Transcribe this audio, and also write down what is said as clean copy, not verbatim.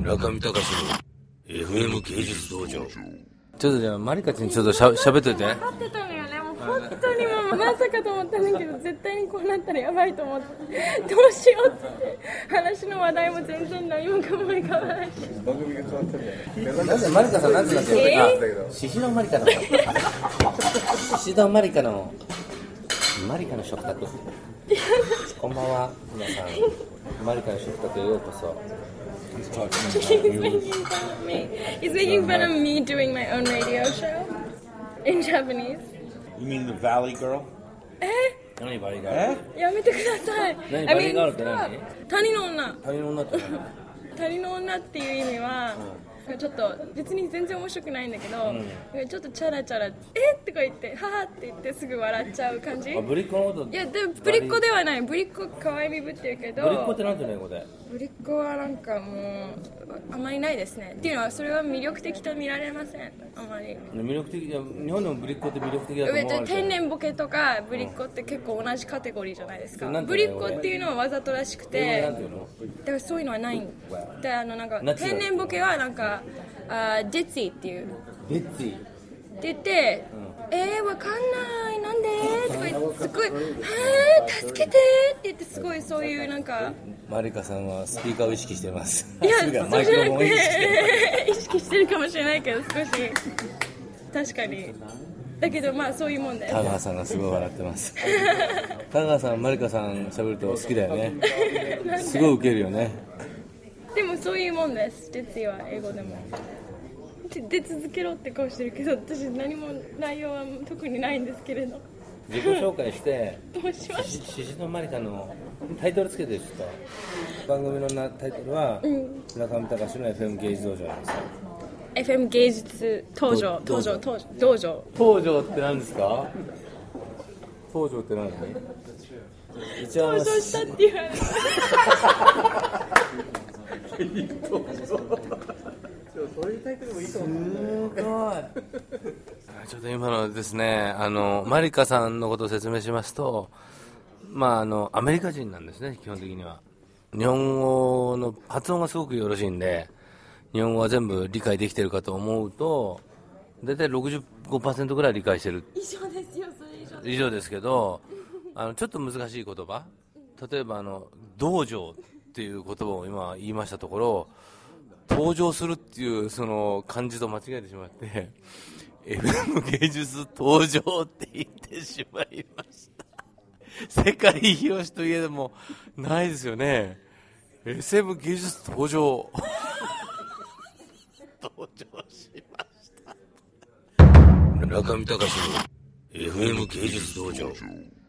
中見隆の FM 芸術道場。ちょっとじゃあマリカちゃんちょっとしゃべっといて。 分かってたのよね。もう本当にもうまさかと思ったんだけど、絶対にこうなったらやばいと思って、どうしようって話の話題も全然何もかも浮かばないし。 番組が変わったんだよ。 なんでマリカさんなんて言うんだっけ？シシドマリカのシシドマリカの食卓。こんばんは皆さん。マリカの食卓へようこそ。 He's making fun of me. He's making fun of me doing my own radio show in Japanese. You mean the Valley Girl? 何バリガール？ やめてください。 何バリガールって何？ 谷の女。 谷の女って何？ 谷の女っていう意味は、ちょっと別に全然面白くないんだけど、ちょっとチャラチャラとか言ってははって言ってすぐ笑っちゃう感じ。 ぶりっ子のこと。 いやでもぶりっ子ではない。ぶりっ子可愛みぶってるけど、 ぶりっ子ってなんていうの英語で？ ぶりっ子はなんかもうあまりないですね。っていうのはそれは魅力的と見られません。あまり魅力的。日本でもぶりっ子って魅力的だと思われてる。 天然ボケとかぶりっ子って結構同じカテゴリーじゃないですか。ぶりっ子っていうのはわざとらしくて、だからそういうのはないんで、なんか天然ボケはなんかデッツィっていうデッツィって言って、わかんないなんでとか言ってすごい助けてって言ってすごいそういうなんかマリカさんはスピーカーを意識してます。 いやそうじゃなくマイクロフォンを意識してて意識してるかもしれないけど少し確かにだけどまあそういうもんです。 田川さんがすごい笑ってます。田川さんマリカさん喋ると好きだよね。すごいウケるよね。 でもそういうもんです。哲也は英語でも出続けろって顔してるけど、私何も内容は特にないんですけれど。 自己紹介してどうしました？ シシドマリカのタイトルつけてる人。番組のタイトルは、中見隆の FM 芸術道場なんですよ。 FM 芸術道場道場って何ですか？道場って何？ 登場したって言われた。 そういうタイトルもいいと思う。 すごい。ちょっと今のですね、マリカさんのことを説明しますと、アメリカ人なんですね、基本的には。日本語の発音がすごくよろしいんで、日本語は全部理解できてるかと思うと、大体 65% ぐらい理解してる。 以上ですよ、それ以上です。 以上ですけど、ちょっと難しい言葉。例えば、道場っていう言葉を今言いましたところ、登場するっていうその漢字と間違えてしまって FM 芸術登場って言ってしまいました。世界広しといえどもないですよね。 SM 芸術登場登場しました。中見隆の FM 芸術道場。